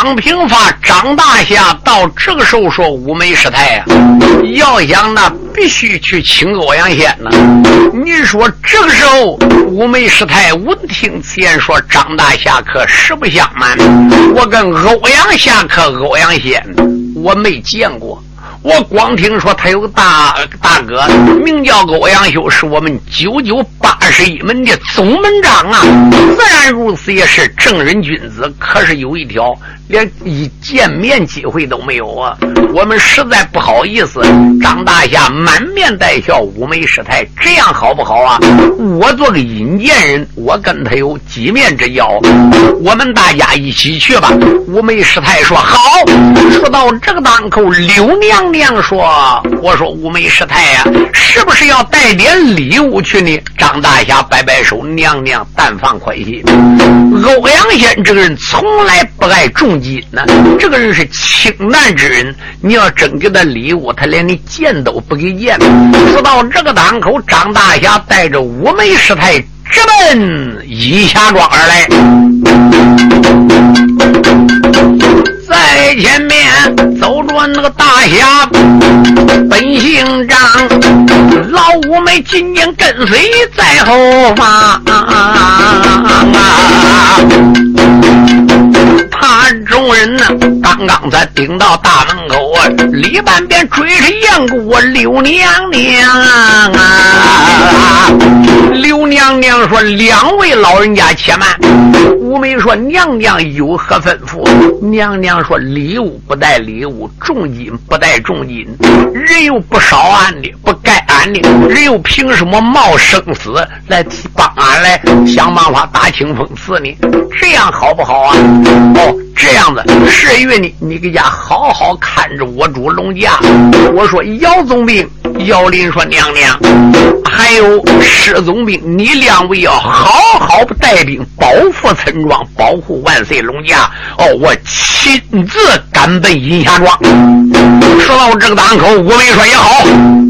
方平发张大侠到这个时候说五梅师太呀，要想那必须去请欧阳仙呢。你说这个时候五梅师太闻听此言说，张大侠可实不相瞒，我跟欧阳侠客欧阳仙我没见过，我光听说他有个大哥名叫欧阳修，是我们9981门的总门长啊，自然如此也是正人君子。可是有一条，连一见面机会都没有啊，我们实在不好意思。张大侠满面带笑，五梅师太这样好不好啊？我做个引荐人，我跟他有几面之交，我们大家一起去吧。五梅师太说好。说到这个当口，柳娘娘说，我说五梅师太呀，是不是要带点礼物去呢？张大侠摆摆手，娘娘但放宽心，欧阳仙这个人从来不爱重金呢，这个人是清淡之人，你要真给他礼物，他连你见都不给见。说到这个当口，张大侠带着五梅师太直奔阴霞庄而来。在前面走着那个大侠本姓张，老五梅紧紧跟随在后方他众人呢，刚刚才顶到大门口啊，里半边追着燕姑刘娘娘啊。刘娘娘说：“两位老人家且慢。”五梅说：“娘娘有何吩咐？”娘娘说：“礼物不带礼物，重金不带重金，人又不少俺的，不该俺的，人又凭什么冒生死来帮俺来想办法打清风刺呢？这样好不好啊？”哦，这样子是因为你给家好好看着我主龙家。我说姚总兵，姚林说：“娘娘，还有施总兵，你两位要好好带兵保护村庄，保护万岁龙家。”哦，我亲自赶奔阴霞庄。说到这个当口，五梅说也好。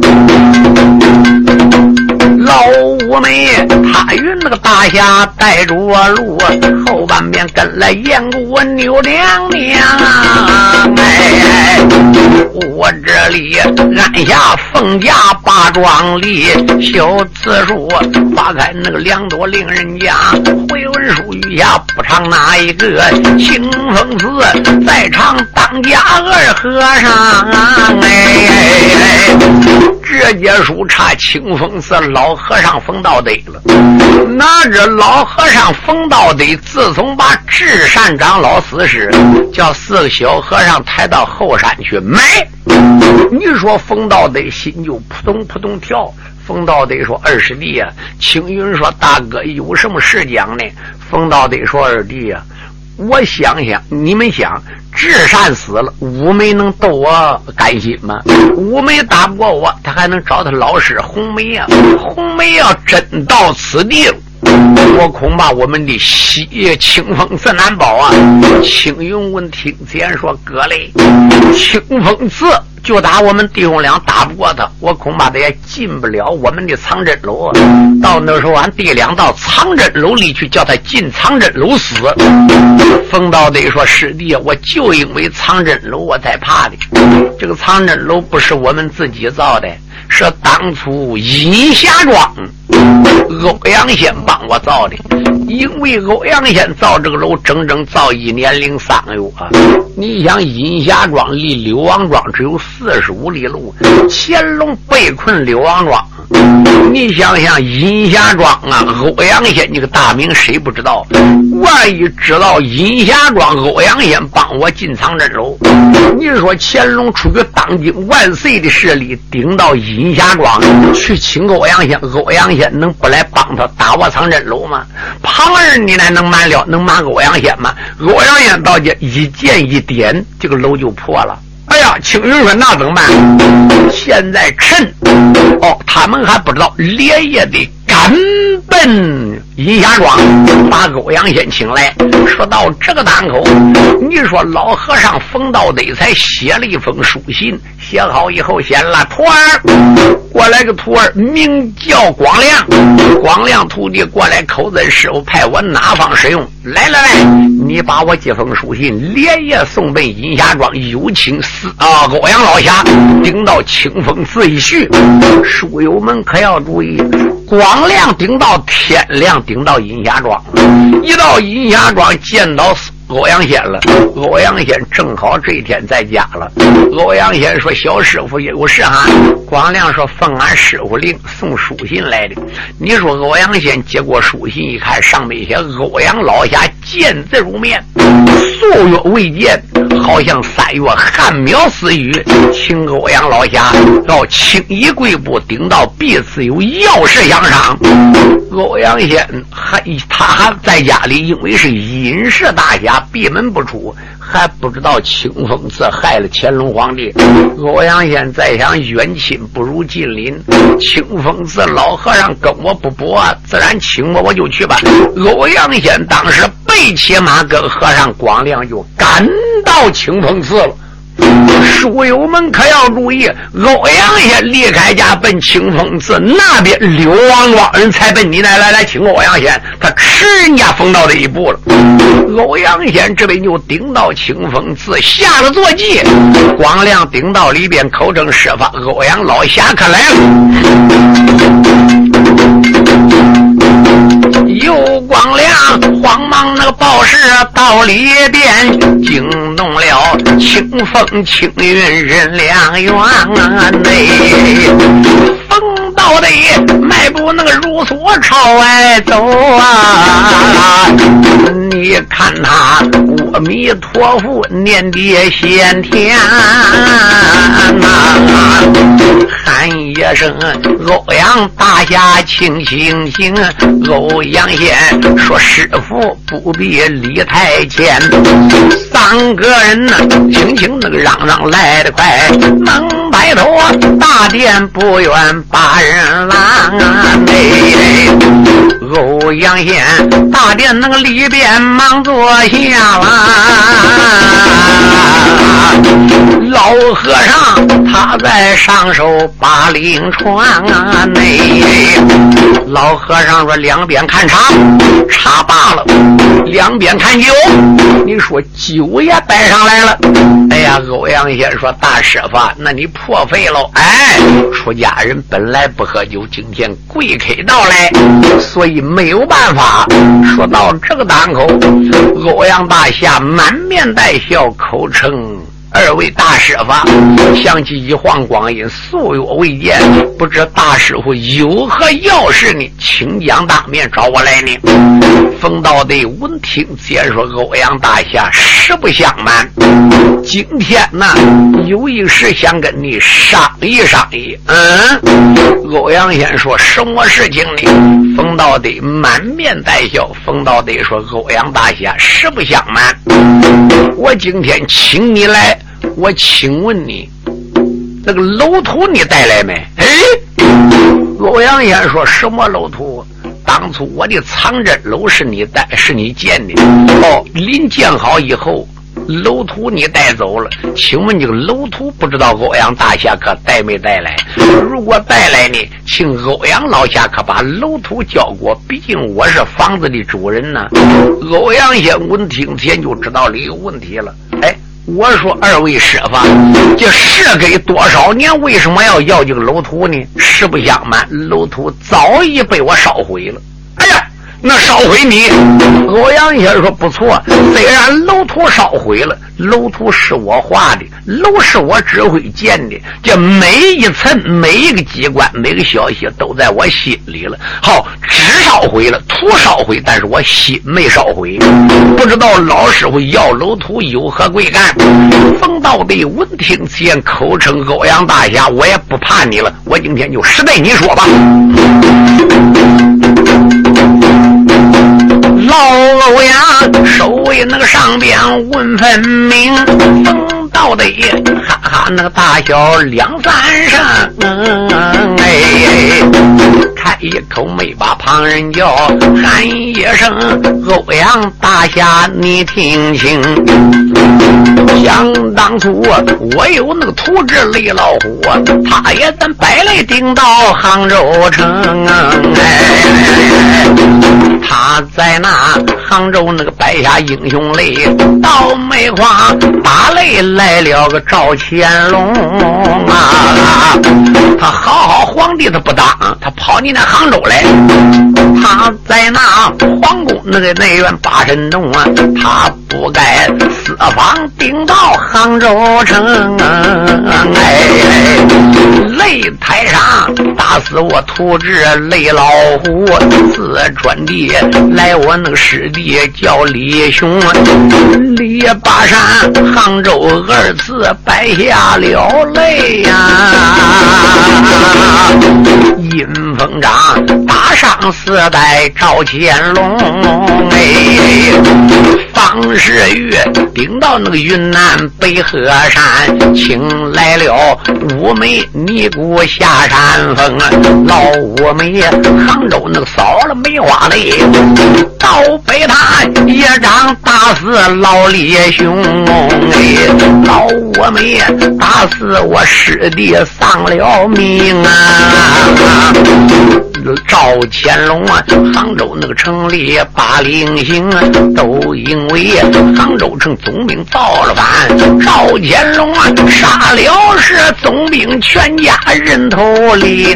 老五梅他与那个大侠带着路，后半边跟来燕姑牛娘娘。哎，我这里按下凤家八庄里修字数，花开那个两朵令人家，回文书余下不唱哪一个清风寺，再唱当家二和尚。哎，这节书差清风寺老和尚冯道德了。拿着老和尚冯道德自从把智善长老死时，叫四个小和尚抬到后山去埋，你说冯道德心就扑通扑通跳。冯道德说：“二师弟啊。”青云说：“大哥有什么事讲呢？”冯道德说：“二弟啊，我想想，你们想，智善死了，五梅能逗我甘心吗？五梅打不过我，他还能找他老师红梅啊。红梅要真到此地了，我恐怕我们的清风寺难保啊。”青云闻听此言说：“哥嘞，清风寺就打我们弟兄俩打不过他，我恐怕他也进不了我们的藏针楼啊。到那时候俺弟俩到藏针楼里去，叫他进藏针楼死。”冯道德说：“师弟，我就因为藏针楼我才怕的。这个藏针楼不是我们自己造的，是当初阴霞庄欧阳仙帮我造的。因为欧阳仙造这个楼整整造1年0、3个月啊。你想阴霞庄离柳王庄只有45里路，乾隆被困柳王庄，你想想阴霞庄啊，欧阳仙这个大名谁不知道？万一知道阴霞庄欧阳仙帮我进藏针楼，你说乾隆出于当今万岁的势力，顶到阴霞庄去请欧阳仙，欧阳仙能不来帮他打我藏针楼吗？旁人你来能瞒了，能瞒欧阳仙吗？欧阳仙到家一剑一点，这个楼就破了。哎呀，青云说那怎么办？现在趁他们还不知道，连夜的赶赶奔银霞庄，把欧阳先请来。说到这个档口，你说老和尚冯道德才写了一封书信，写好以后先拉徒儿过来，个徒儿名叫光亮，光亮徒弟过来口尊师傅派我哪方使用，来，你把我这封书信连夜送奔银霞庄，有请欧阳老侠顶到清风寺一叙。书友们可要注意，光亮顶到天亮，顶到银霞庄，一到银霞庄见到欧阳先了。欧阳先正好这一天在家了。欧阳先说：“小师傅有事哈。”光亮说：“奉俺师傅令，送书信来的。”你说欧阳先接过书信一看，上面写：“欧阳老侠见字如面，数月未见，好像3月旱苗似雨，请欧阳老侠到青衣贵部，顶到彼此有要事相商。”欧阳先他还在家里，因为是隐士大侠，闭门不出，还不知道清风寺害了乾隆皇帝。欧阳先再想远亲不如近邻，清风寺老和尚跟我不搏啊，自然请我就去吧。欧阳先当时背骑马跟和尚光亮就赶到清风寺了。书友们可要注意，欧阳先离开家奔清风寺那边，刘王庄人才奔你来请欧阳先，他迟人家冯道的一步了。欧阳先这边就顶到清风寺，下了坐骑，光亮顶到里边口称施法，欧阳老侠可来了。有光亮慌忙那个报事到里边，惊动了清风青云任良缘内。冯道的迈步那个如梭朝外走啊，你看他阿弥陀佛念碟先天啊，喊一声欧阳大侠请行行。欧阳先说：“师傅不必离太前。”3个人呢，轻那个嚷来得快，能摆脱大殿不远把人拦啊！欧阳先大殿那个里边忙坐下了。老和尚他在上手把令传啊内。老和尚说：“两边看茶，茶罢了；两边看酒，你说酒也摆上来了。”哎呀，欧阳先说：“大师傅，那你破费喽！哎，出家人本来不喝酒，今天贵客到来，所以没有办法。”说到这个档口，欧阳大侠满面带笑，口称：“二位大师傅，想起一晃光阴，素有未见，不知大师傅有何要事呢？请讲当面找我来呢。”冯道德闻听接说：“欧阳大侠，实不相瞒，今天呢有一事想跟你商议商议。”欧阳先说：“什么事情呢？”冯道德满面带笑。冯道德说：“欧阳大侠，实不相瞒，我今天请你来，我请问你那个楼图你带来没？”欧阳先说：“什么楼图？当初我的藏针楼是你建的，临建好以后楼图你带走了，请问这个楼图不知道欧阳大侠可带没带来？如果带来呢，请欧阳老侠可把楼图交给我，毕竟我是房子的主人呢。”欧阳先闻听前就知道了一个问题了。我说：“二位师傅，这事给多少年，为什么要这个楼图呢？”实不相瞒，楼图早已被我烧毁了。哎呀，那烧毁你？欧阳先说：“不错，虽然楼图烧毁了，楼图是我画的，楼是我指挥建的，这每一层每一个机关每个消息都在我心里了。好，纸烧毁了，图烧毁，但是我心没烧毁。不知道老师傅要楼图有何贵干？”冯道德闻听此言，口称：“欧阳大侠，我也不怕你了，我今天就实对你说吧。”老欧阳手为那个上边问分明，冯道德哈哈那个大小2-3声， 叹一口，没把旁人叫，喊一声欧阳大侠你听清，想当初我有那个徒侄雷老虎，他也咱摆雷顶到杭州城，他在那杭州那个摆下英雄擂，到梅花打擂来了个赵乾隆啊！他好皇帝他不当，他跑你那杭州来，他在那皇宫那个内院八神洞啊，他不该四方顶到杭州城，擂台上打死我徒侄雷老虎，四川地来我那个师弟叫李雄，李巴山杭州二次摆下了擂呀，阴风掌打上四代赵乾隆，方世玉顶到那个云南北河山，请来了五枚尼姑下山峰，老五枚杭州那个扫了梅花擂，到北他也掌打死老李兄，老五枚打死我师弟丧了命啊！赵乾隆啊，杭州那个城里八陵行，都因为杭州城总兵造了反，赵乾隆啊杀了是总兵全家人头领，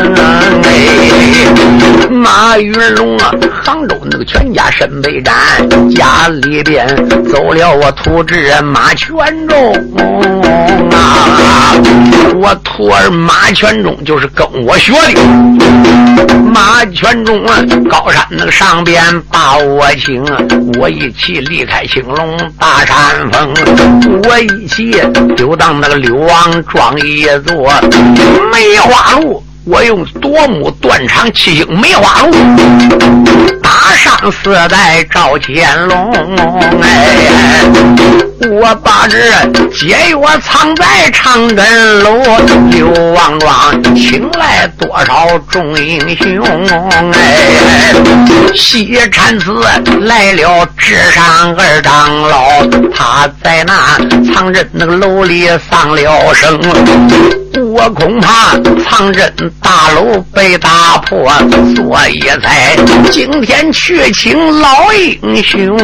马云龙啊杭州那个全家身被斩，家里边走了我徒侄马全忠啊，我徒儿马全忠就是跟我学的。马全忠啊，高山那个上边把我请，我一起离开青龙大山峰，我一起就当那个柳王庄一座梅花鹿，我用夺目断肠七星梅花鹿打上四代赵乾隆，我把这解药藏在长庚楼，刘王庄请来多少众英雄，西禅寺来了智上二长老，他在那藏着那个楼里丧了生，我恐怕藏镇大楼被打破，所以才今天去请老英雄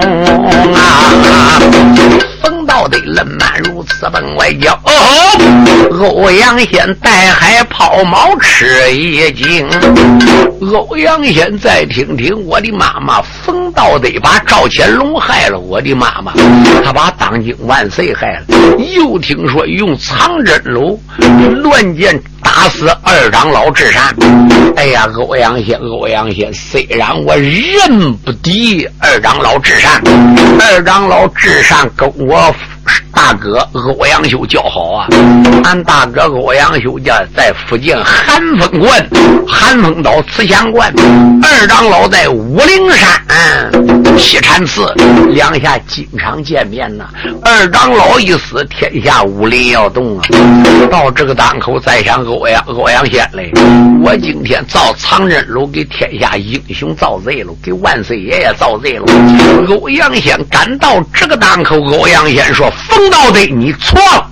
啊！风到底冷慢如此本外交，欧阳先带海抛锚吃一惊，欧阳先再听听，我的妈妈，风到底把赵乾隆害了，我的妈妈，他把当今万岁害了，又听说用藏针楼乱箭打死二长老智善。哎呀，欧阳先，虽然我认不敌二长老智善，二长老智善跟我大哥欧阳修交好啊，俺大哥欧阳修家在福建寒风关寒风岛慈祥观，二长老在武陵山西禅寺，两下经常见面呐。二长老一死，天下武林要动啊！到这个档口，再想欧阳先嘞，我今天造藏针楼给天下英雄造贼了，给万岁爷爷造贼了。欧阳先赶到这个档口，欧阳先说：“风到底，你错了。”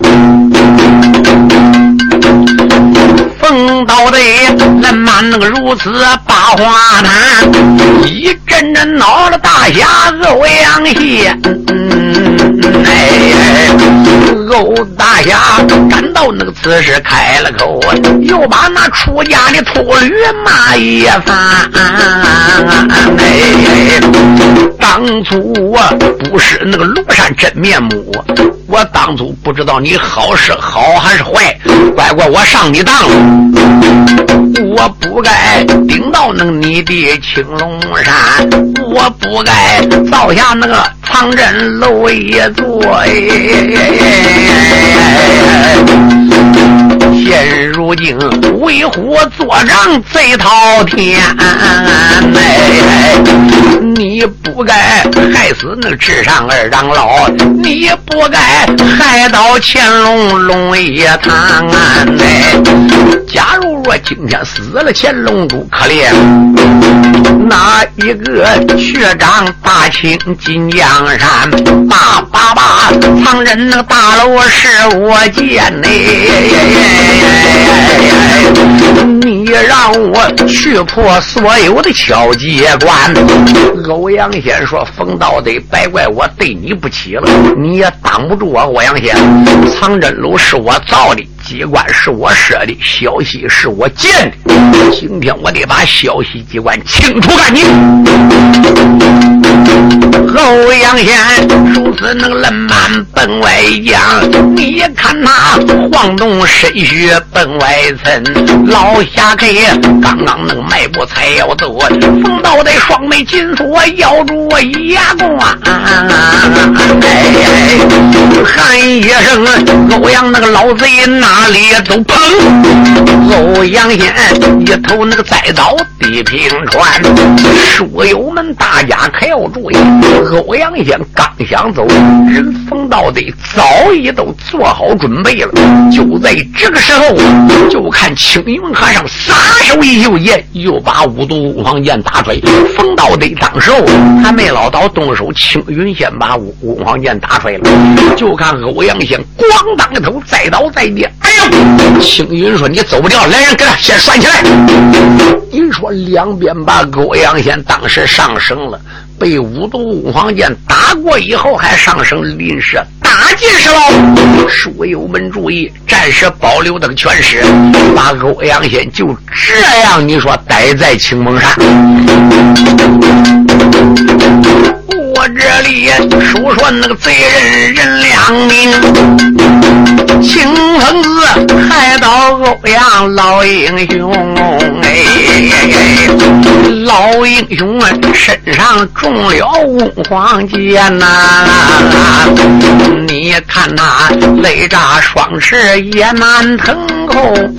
风到底，人满那个如此把花坛，一阵阵恼了大侠欧阳先。欧大侠赶到那个此时开了口，又把那出家的秃驴骂一番。当初啊，不是那个庐山真面目，我当初不知道你好是好还是坏，乖乖我上你当了，我不该顶到那个你的青龙山，我不该造下那个藏针楼一座。 现如今为虎作伥贼滔天，你不该害死那智上二长老，你不该害到乾隆龙爷堂。假如若今天死了乾隆主，可怜那一个学长大清金江山，爸藏人那个大楼是我建的，你让我去破所有的敲击关。欧阳先说冯道得白怪我对你不起了，你也挡不住我。欧阳先藏真楼是我造的，机关是我设的，消息是我建的，今天我得把消息机关清除干净。欧阳先如此那个冷慢奔外将，你看他晃动身躯奔外村，老侠客刚刚那个迈步才要走，冯道得双眉紧锁，咬住牙关，喊一声欧阳那个老贼哪里都碰。欧阳先一头那个栽倒地平川，书友们大家可要注意，欧阳先刚想走，人冯道得早已都做好准备了。就在这个时候，就看青云和尚撒手一袖剑，又把五毒五黄剑打出来。冯道得当时还没老到动手，青云先把五黄剑打出来了。就看欧阳先咣当一头栽倒在地，哎呦！青云说：“你走不掉，来人给他先拴起来。”你说两边把欧阳先当时上绳了，被五毒五黄剑打过以后还上绳，临时打进去了。书友们注意，暂时保留这个全尸，把欧阳先就这样你说待在青蒙山。我这里述说那个贼人任良明，青棚子害到欧阳老英雄，老英雄身上中了五黄剑呐，你看他泪炸双翅也难腾空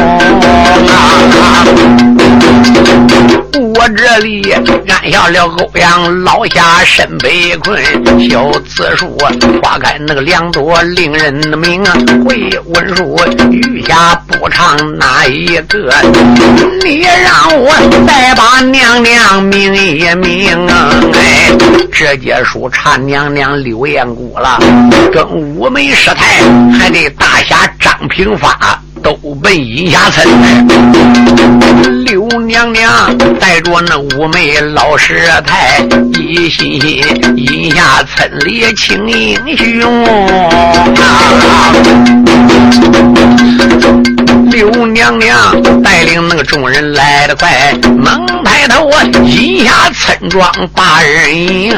我这里按下了欧阳老侠身被困，小字数花开那个两朵令人的名，会问书余下不唱哪一个？你让我再把娘娘名一名，哎，这节书唱娘娘刘彦姑了，跟五梅师太还得大侠张平发都奔阴下村，刘娘娘带着那五梅老师太一心心阴下村里请英雄刘娘娘带领那个众人来得快，猛抬头阴下村庄把人迎，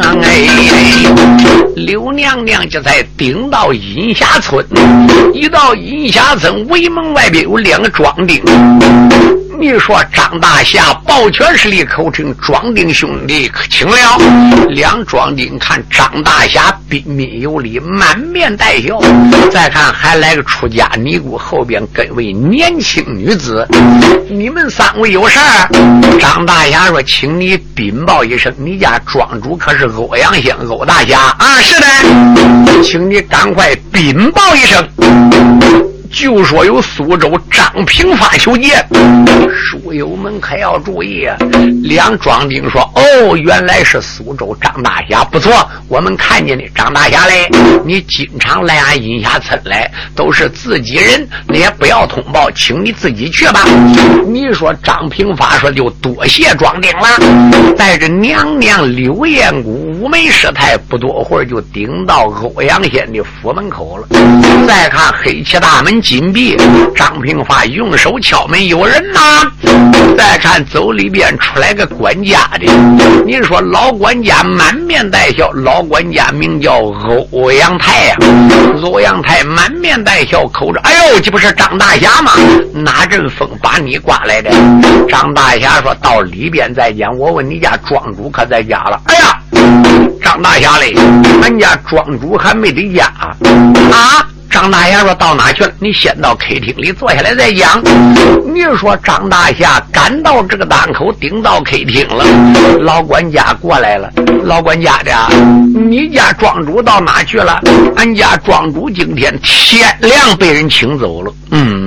刘娘娘就在顶到阴下村，一到阴下村围门外边有两个庄丁，你说张大侠抱拳实力口称庄丁兄弟请了，两庄丁看张大侠彬彬有礼满面带笑，再看还来个出家尼姑后边跟位年轻女子，你们三位有事儿？张大侠说请你禀报一声，你家庄主可是欧阳先欧大侠啊？是的，请你赶快禀报一声，就说有苏州张平发求见。书友们可要注意啊！两庄丁说：“哦，原来是苏州张大侠，不错，我们看见你张大侠嘞，你经常来俺阴下村来，都是自己人，你也不要通报，请你自己去吧。”你说张平发说：“就多谢庄丁了。”带着娘娘刘彦姑、五梅师太，不多会儿就顶到欧阳先的府门口了。再看黑漆大门紧闭，张平发用手敲门，有人呐。再看走里边出来个管家的，你说老管家满面带笑，老管家名叫欧阳泰呀。欧阳泰满面带笑，口着：“哎呦，这不是张大侠吗？哪阵风把你刮来的？”张大侠说：“到里边再讲，我问你家庄主可在家了？”哎呀，张大侠嘞，俺家庄主还没得家啊！ 张大侠说到哪去了？你先到 K 厅里坐下来再讲。你说张大侠赶到这个档口，顶到 K 厅了，老管家过来了。老管家的，你家庄主到哪去了？俺家庄主今天天亮被人请走了。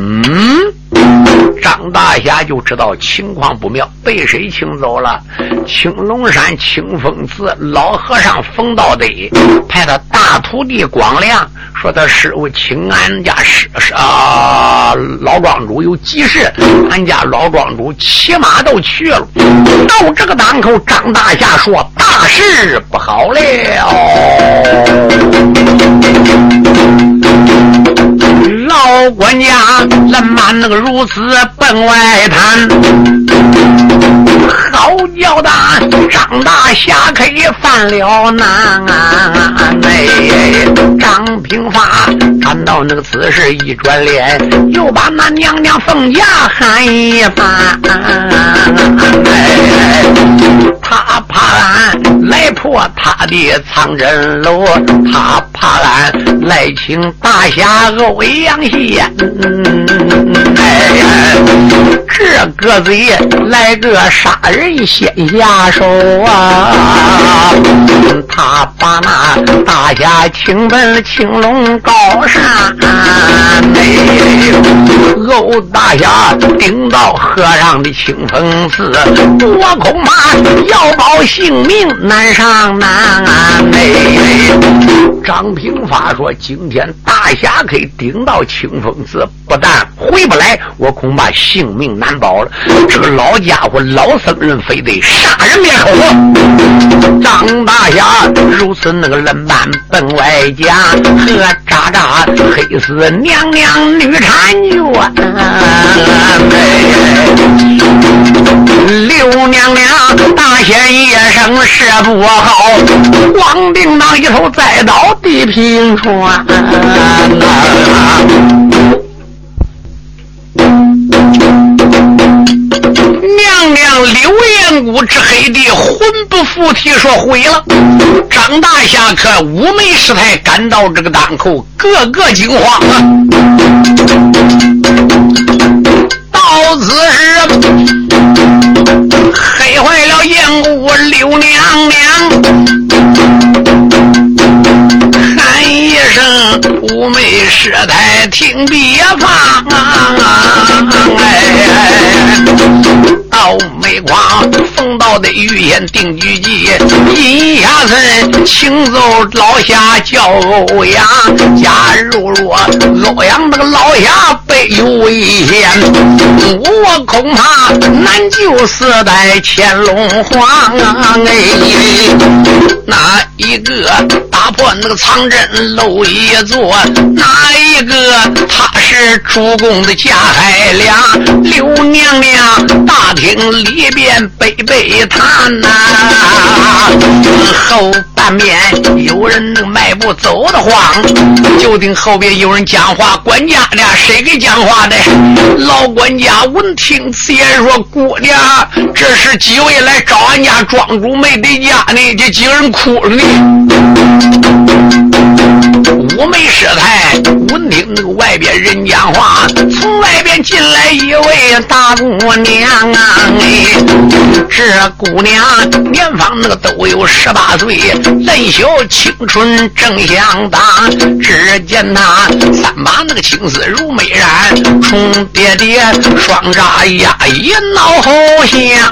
张大侠就知道情况不妙，被谁请走了？青龙山清风寺老和尚冯道德派他大徒弟广亮说他师傅请俺家老庄主有急事，俺家老庄主骑马都去了。到这个档口，张大侠说大事不好了。老管家人满那个如此奔外滩，好叫的张大侠可以犯了难。张平发看到那个此事一转脸，又把那娘娘凤家喊一番。他怕俺来破他的藏珍楼，他怕俺来请大侠欧阳县。这个贼来个杀人先下手啊！他把那大侠请奔青龙高山，欧大侠顶到和尚的清风寺，我恐怕要保性命难上难。张平发说今天大侠可以顶到清风寺，不但回不来，我恐怕性命难保了。这个老家伙老僧人非得杀人灭口。张大侠如此那个冷板奔外家，和渣渣黑死娘娘女婵娟。刘娘娘大显一声事不好，王定当一头栽倒地平川。娘娘刘彦谷之黑帝魂不附体说毁了。张大侠可五眉师太赶到这个档口，个个惊慌啊！到此时黑坏了彦谷刘娘娘，喊一声五眉师太听别放到煤矿奉道的御宴定居记，阴下村请奏老侠叫欧阳，假如若欧阳那个老侠被有危险，我恐怕难救四代乾隆皇哪一个打破那个藏珍楼一座，哪一个他是主公的加海良。刘娘娘大厅里边背背谈呐，后半面有人那个迈步走得慌，就听后边有人讲话，管家的谁给讲话的？老管家闻听此言说，姑娘这是几位来找俺家庄主没得家呢？这几个人哭了呢。五眉师太闻听那个外边人讲话，从外边进来一位大姑娘啊，这姑娘年方那个都有18岁，嫩秀青春正相当。只见她三把那个青丝如美髯，重叠叠双扎压一脑后香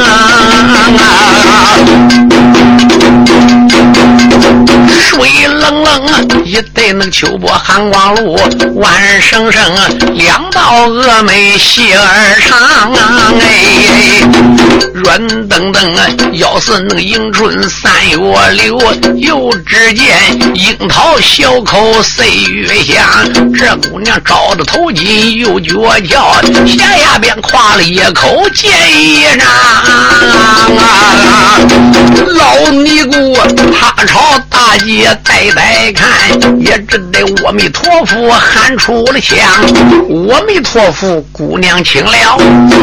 水冷冷一对那个秋波寒光露，万生生两道峨眉细耳长软登登要是那个迎春三月柳，又只见樱桃小口岁月香。这姑娘照着头巾又脚翘，下边挎了一口剑一张老尼姑他朝大街呆呆看，也只得阿弥陀佛喊出了腔。阿弥陀佛，姑娘请了。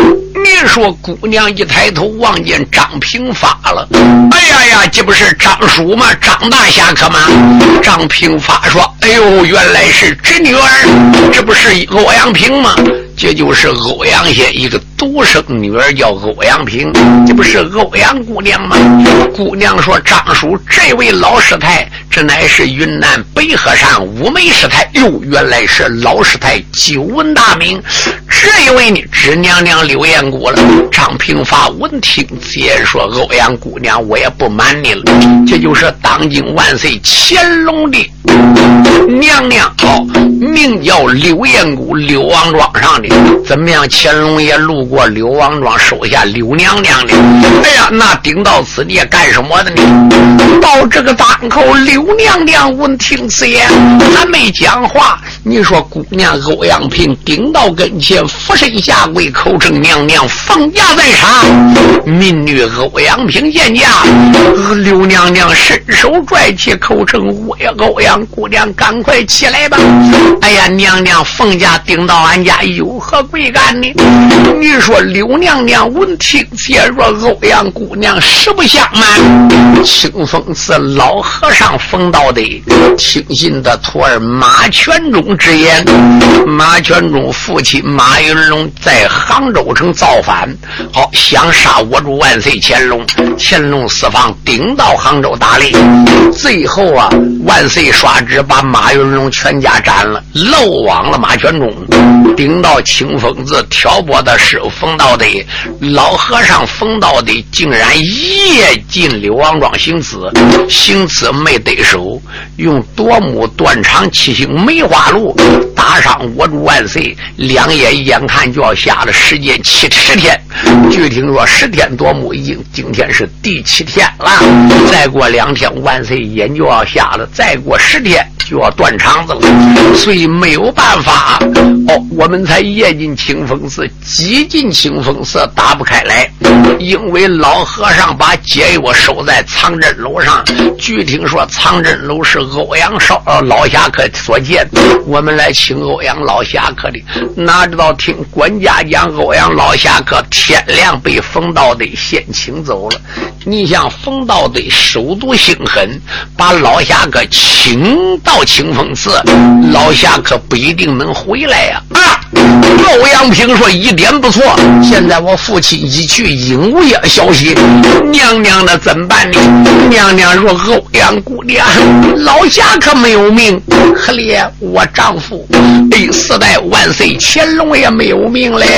你说姑娘一抬头望见张平发了，哎呀呀，这不是张叔吗？张大侠客吗？张平发说，哎呦，原来是侄女儿，这不是欧阳平吗？这就是欧阳县一个独生女儿，叫欧阳平，这不是欧阳姑娘吗？姑娘说，张叔，这位老师太，这乃是云南北河山五梅师太。哟，原来是老师太，久闻大名。这一位呢，侄娘娘刘彦姑了。张平发闻听此言，说，欧阳姑娘，我也不瞒你了，这就是当今万岁乾隆的娘娘，名叫刘彦姑，刘王庄上的。怎么样？乾隆爷路过刘王庄，收下刘娘娘的。哎呀，那顶到此地干什么的呢？到这个当口，刘娘娘闻听此言，还没讲话。你说姑娘欧阳平顶到跟前，俯身下跪，口称娘娘，奉驾在上。民女欧阳平见驾，刘娘娘伸手拽起，口称欧阳姑娘，赶快起来吧。哎呀，娘娘奉驾顶到俺家，有何贵干呢？你说刘娘娘闻听此言，说欧阳姑娘实不相瞒，清风寺老和尚冯道德听信的徒儿马全忠之言，马全忠父亲马云龙在杭州城造反，好想杀我主万岁乾隆，乾隆四方顶到杭州打猎，最后啊，万岁刷旨把马云龙全家斩了，漏网了马全忠，顶到清风寺挑拨的师傅冯道德，老和尚冯道德竟然夜进刘王庄行刺，行刺没得手，用夺目断肠七星梅花鹿打伤我主万岁，两眼眼看就要下了时间10天，据听说10天夺目，今天是第7天了，再过2天万岁眼就要下了，再过10天就要断肠子了，所以没有办法我们才夜进清风寺，几进清风寺打不开来，因为老和尚把解药收在藏镇楼上，据听说藏镇楼是欧阳老侠客所建，我们来请欧阳老侠客的，哪知道听管家讲，欧阳老侠客天亮被冯道德先请走了。你像冯道德手毒心狠，把老侠客请到清风寺，老侠客不一定能回来呀。欧阳平说一点不错，现在我父亲已去，应无消息，娘娘的怎么办呢？娘娘说欧阳姑娘，老侠客没有命，可怜我丈夫第4代万岁乾隆也没有命了。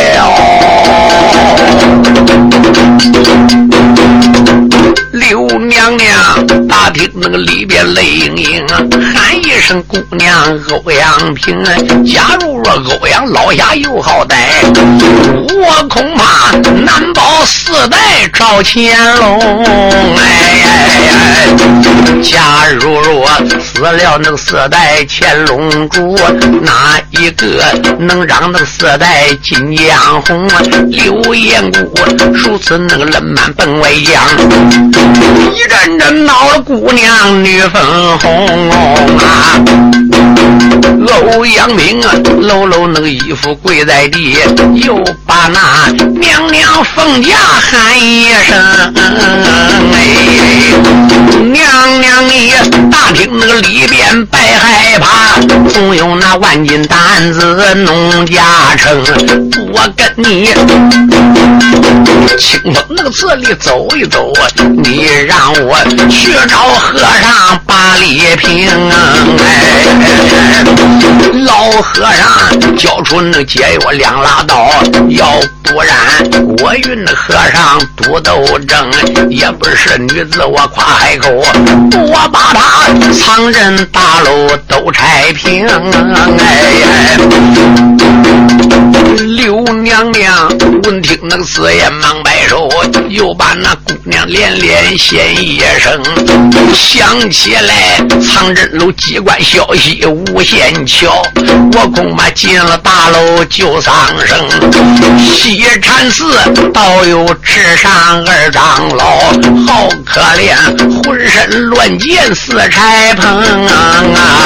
刘娘娘大厅那个里边泪盈盈啊，喊一声姑娘欧阳平，假如说欧阳老侠有好歹，我恐怕难保4代赵乾隆。假如若死了那个4代乾隆主，哪一个能让那个4代金江红？刘彦姑如此那个人满本外将，一阵阵闹了姑娘女粉红啊！欧阳明啊，搂搂那个衣服跪在地，又把那娘娘奉驾喊一声，娘娘你大厅那个里边别害怕，总有那万金担子农家成，我跟你清风那个寺里走一走，你让我去找和尚把礼平。老和尚交出那解药2拉刀，要不然我与那和尚赌斗争，也不是女子我夸海口，我把他藏人大楼都拆平。刘娘娘闻听那个此言忙摆手，又把那姑娘连连献一声，想起来藏镇楼机关消息无限巧，我恐怕进了大楼就丧生。西禅寺倒有至上2长老， 好可怜，浑身乱箭似柴棚啊！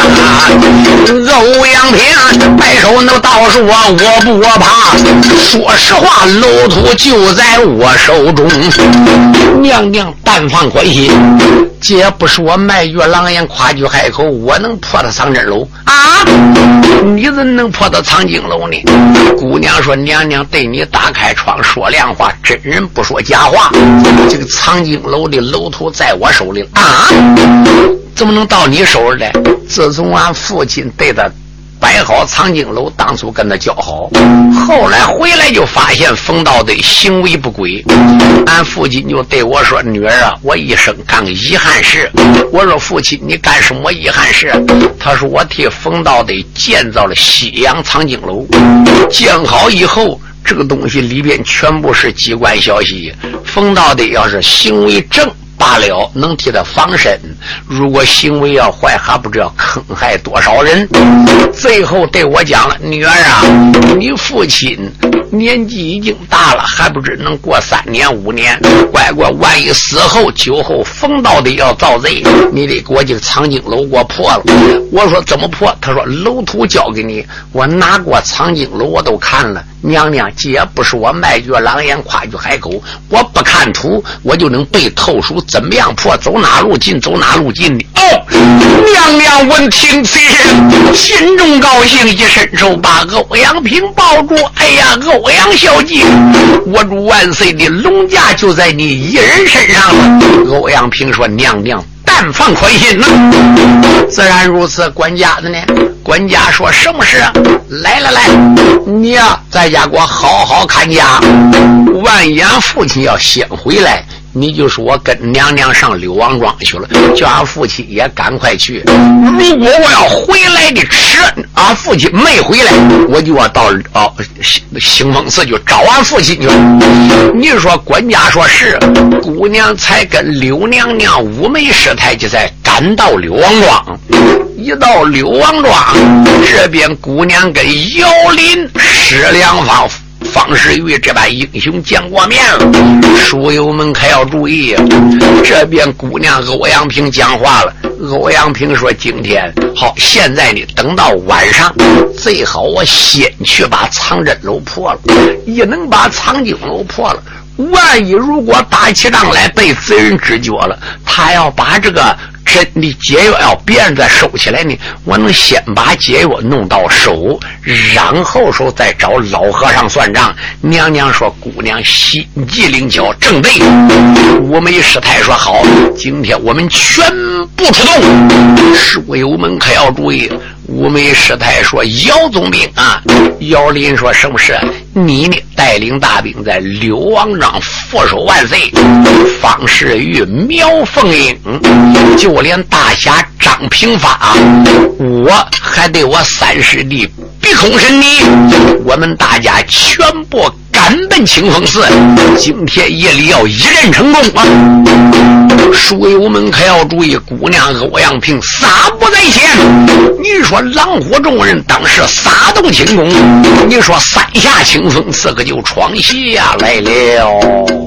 欧阳平摆手那道说我不怕，说实话楼土就在我手中，娘娘但放宽心，姐不是我卖月狼烟夸句海口，我能破他藏针楼啊？你怎能破到藏经楼呢？姑娘说娘娘对你打开窗说亮话，真人不说假话，这个藏经楼的楼土在我手里啊，怎么能到你手里来？自从俺父亲对他摆好藏经楼，当初跟他交好，后来回来就发现冯道队行为不轨，俺父亲就对我说，女儿啊，我一生干个遗憾事。我说父亲你干什么遗憾事？他说我替冯道队建造了西洋藏经楼，建好以后这个东西里边全部是机关消息，冯道队要是行为正罢了，能替他防身，如果行为要坏，还不知道坑害多少人。最后对我讲了，女儿啊，你父亲年纪已经大了，还不知能过3年5年，乖乖万一死后酒后冯道的要造贼，你得给我这个藏经楼给我破了。我说怎么破？他说楼图交给你，我拿过藏经楼我都看了，娘娘姐不是我卖句狼烟夸句海口，我不看图我就能背透书，怎么样破？走哪路进走哪路进的。哦，娘娘闻听此事，心中高兴，一伸手把欧阳平抱住。哎呀，欧阳小姐，我主万岁的龙驾就在你一人身上了。欧阳平说，娘娘但放宽心呐。自然如此，管家的呢？管家说什么事啊？来，你呀，在家给我好好看家，万一俺父亲要先回来，你就说我跟娘娘上柳王庄去了，叫俺父亲也赶快去。如果我要回来的迟，俺父亲没回来，我就要到兴丰寺就找俺父亲去了。你说管家说是，姑娘才跟柳娘娘武梅师太就才赶到柳王庄，一到柳王庄，这边姑娘跟姚林施良方世玉这般英雄见过面了，书友们可要注意，这边姑娘欧阳平讲话了。欧阳平说，今天好，现在呢等到晚上，最好我先去把藏针楼破了，也能把藏经楼破了，万一如果打起仗来被贼人知觉了，他要把这个真的解药要别人再收起来呢，我能先把解药弄到手，然后说再找老和尚算账。娘娘说，姑娘心机灵巧，正对。武梅师太说，好，今天我们全部出动，书友们可要注意。武梅师太说，姚总兵啊。姚林说，什么事？你呢带领大兵在柳王庄副手万岁，方世玉、苗凤英，就连大侠张平发，我还得我三师弟鼻孔神尼，我们大家全部赶奔清风寺，今天夜里要一人成功啊！书友们可要注意，姑娘欧阳平撒不在前。你说狼虎众人当时撒动轻功，你说三下清风寺可就闯下来了。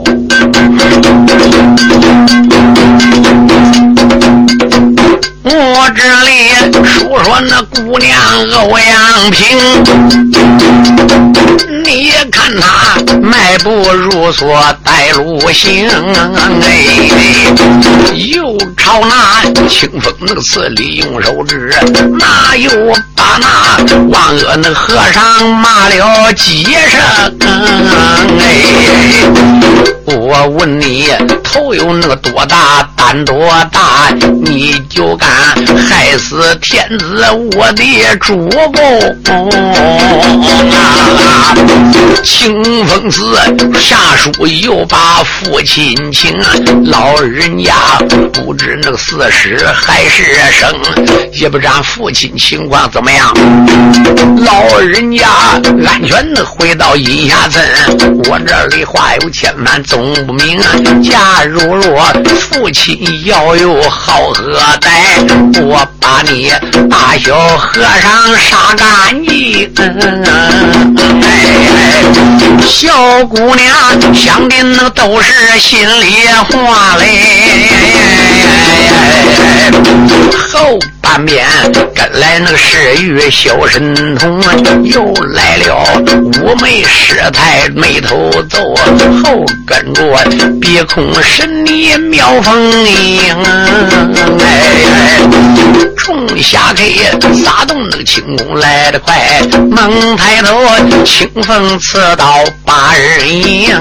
我这里说那姑娘欧阳平，你看他迈步如梭带路行，又朝那清风那个寺里用手指，那又把那万恶那和尚骂了几声。我问你头有那个多大胆多大，你就敢害死天子我的主公啊！清风寺下书又把父亲请，老人家不知那个4时死还是生？也不知俺父亲情况怎么样。老人家安全的回到阴霞村，我这里话有千万总不明。假如若父亲要有好何歹，我把你大小和尚杀干净。小姑娘想的那都是心里话嘞。后半边跟来那个侍御小神童，又来了五枚师太眉头皱，后跟着鼻孔神尼妙风影。冲下去撒动那个轻功来得快，猛抬头清风刺到八人营。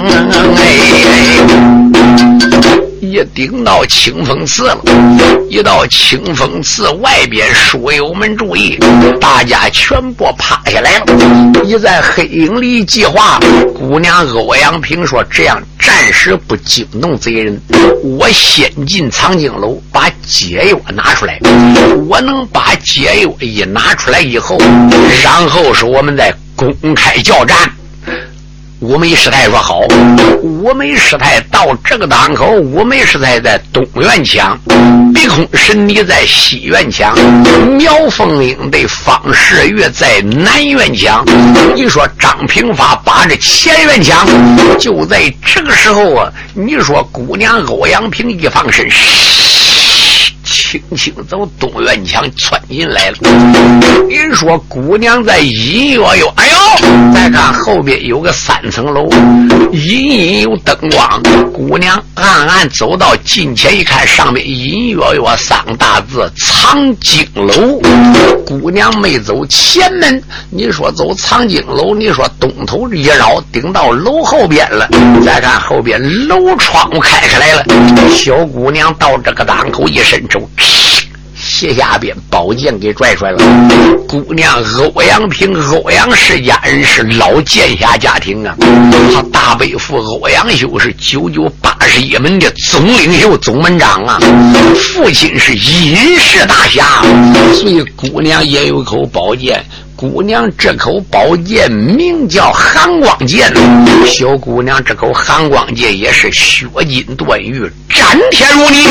一顶到清风寺了，一到清风寺外边，书友们注意，大家全部趴下来了。一在黑影里计划，姑娘欧阳平说：“这样暂时不惊动贼人，我先进藏经楼，把解药拿出来。我能把解药一拿出来以后，然后是我们再公开交战。”五枚师太说好。五枚师太到这个档口，五枚师太在东院墙，鼻孔神尼在西院墙，苗凤英对方世玉在南院墙。你说张平发把这前院墙，就在这个时候啊，你说姑娘欧阳平一放身，轻轻走东院墙窜进来了。您说姑娘在隐约有，哎呦，再看后边有个3层楼，隐隐有灯光。姑娘暗暗走到近前一看，上面隐约有3个大字藏经楼。姑娘没走前门，你说走藏经楼，你说东头一绕顶到楼后边了。再看后边楼窗户开开来了，小姑娘到这个档口一伸手，斜下边宝剑给拽出来了。姑娘欧阳平，欧阳氏家人是老剑侠家庭啊，他大伯父欧阳修是991门的总领袖总门长啊，父亲是隐士大侠，所以姑娘也有口宝剑。姑娘这口宝剑名叫寒光剑，小姑娘这口寒光剑也是削金断玉，斩铁如泥。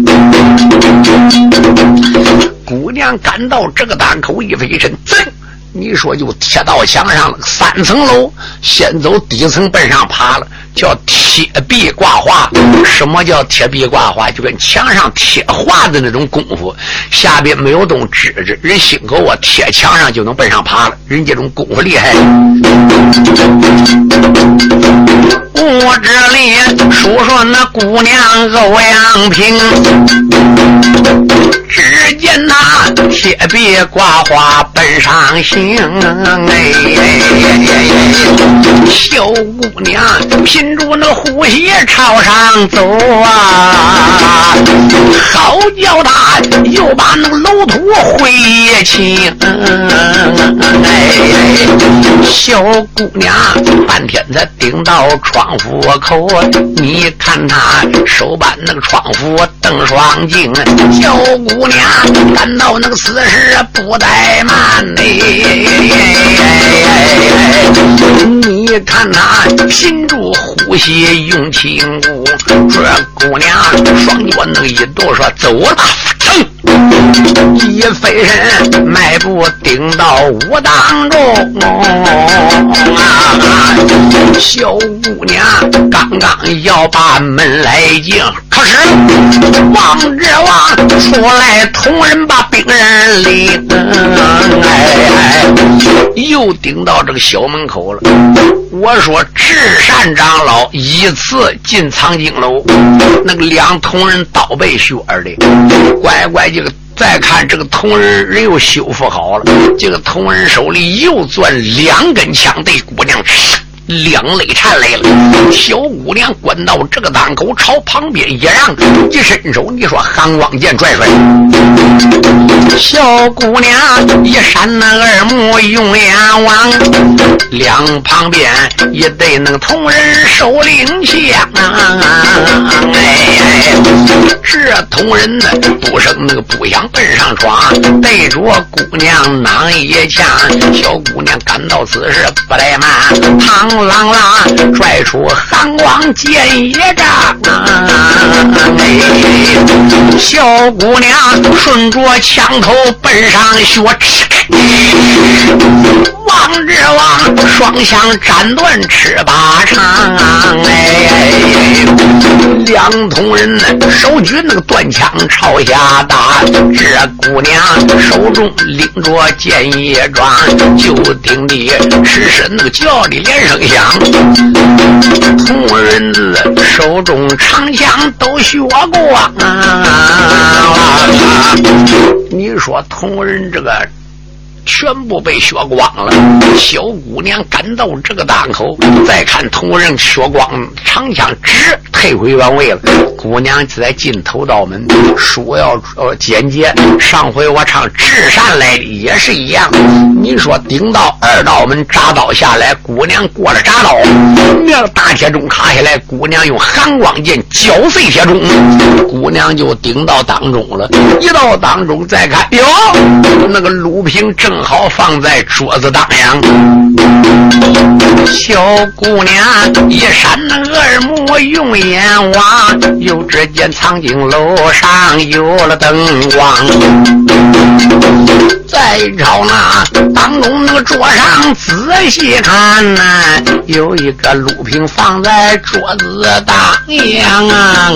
姑娘赶到这个档口，一飞身，你说就贴到墙上了。3层楼，先走底层奔上爬了，叫贴壁挂画。什么叫贴壁挂画？就跟墙上贴画的那种功夫，下边没有东支着，人心口我贴墙上就能奔上爬了，人这种功夫厉害。我这里说说那姑娘欧阳平，只见他贴壁挂画奔上行。小姑娘拼住那呼吸朝上走啊，好叫他又把那个楼土挥清。小姑娘半天才顶到窗户口，你看她手把那个窗户瞪双镜。小姑娘感到那个此事不怠慢你看她拼住呼吸用轻功，这姑娘双脚那个一跺说走了，一飞身迈步顶到屋当中小姑娘刚刚要把门来进，可是望着望出来同人把病人领又顶到这个小门口了。我说至善长老依次进藏经楼，那个2同人刀背血的，乖乖这个再看这个铜人又修复好了，这个铜人手里又攥2根枪对姑娘2肋缠来了。小姑娘关到这个档口，朝旁边一让，一伸手，你说寒光剑拽拽，小姑娘一闪那耳目用眼望，2旁边一对那个铜人手领枪这同人呢不生那个不想奔上床，对着姑娘囊一枪，小姑娘感到此事不怠慢，嘡啷啷拽出寒光剑一丈，小姑娘顺着枪头奔上学，望之望双枪斩断翅膀长，两同人手举那个断枪朝下打，这姑娘手中拎着剑一桩，就听的是声那个叫的连声响，同人手中长枪都学过你说同人这个全部被血光了，小姑娘赶到这个档口，再看同人血光，长枪直退回原位了。姑娘在进头道门，说要简洁。上回我唱至善来的也是一样，你说顶到二道门铡刀下来，姑娘过了铡刀，那大铁钟卡下来，姑娘用寒光剑绞碎铁钟，姑娘就顶到当中了。一到当中再看，哟，那个鲁平正好放在桌子当阳，小姑娘一闪耳目用眼望，又只见藏经楼上有了灯光，再朝那当中那个桌上仔细看有一个鲁平放在桌子当阳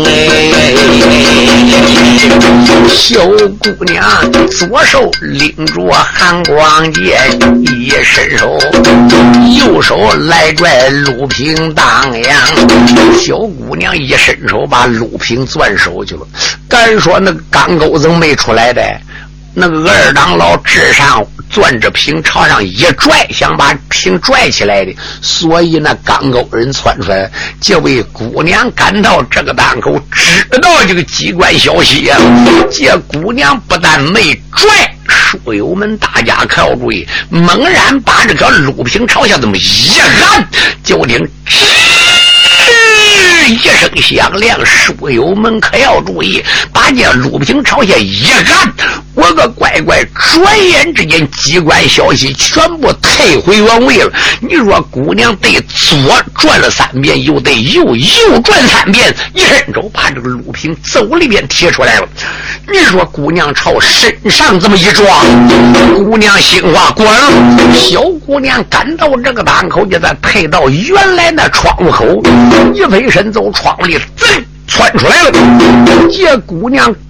小姑娘左手拎着寒光剑，一伸手右手来拽鲁平当阳，小姑娘一伸手把鲁平攥手去了。敢说那个钢钩子没出来的，那个二长老至上攥着瓶朝上一拽，想把瓶拽起来的，所以那钢钩人窜出来。这位姑娘赶到这个档口，知道这个机关消息啊，这姑娘不但没拽，书友们大家可要注意，猛然把这个鲁平朝下这么一按，就听一声响亮，书友们可要注意，把这鲁平朝下一按，我个乖乖，转眼之间机关消息全部退回原位了。你说姑娘得左转了3遍，又得右转3遍，一伸手把这个鲁平走里边贴出来了。你说姑娘朝身上这么一抓，姑娘心话滚了。小姑娘赶到这个档口，就再退到原来那窗户口，一飞身走窗里，窜出来了。这姑娘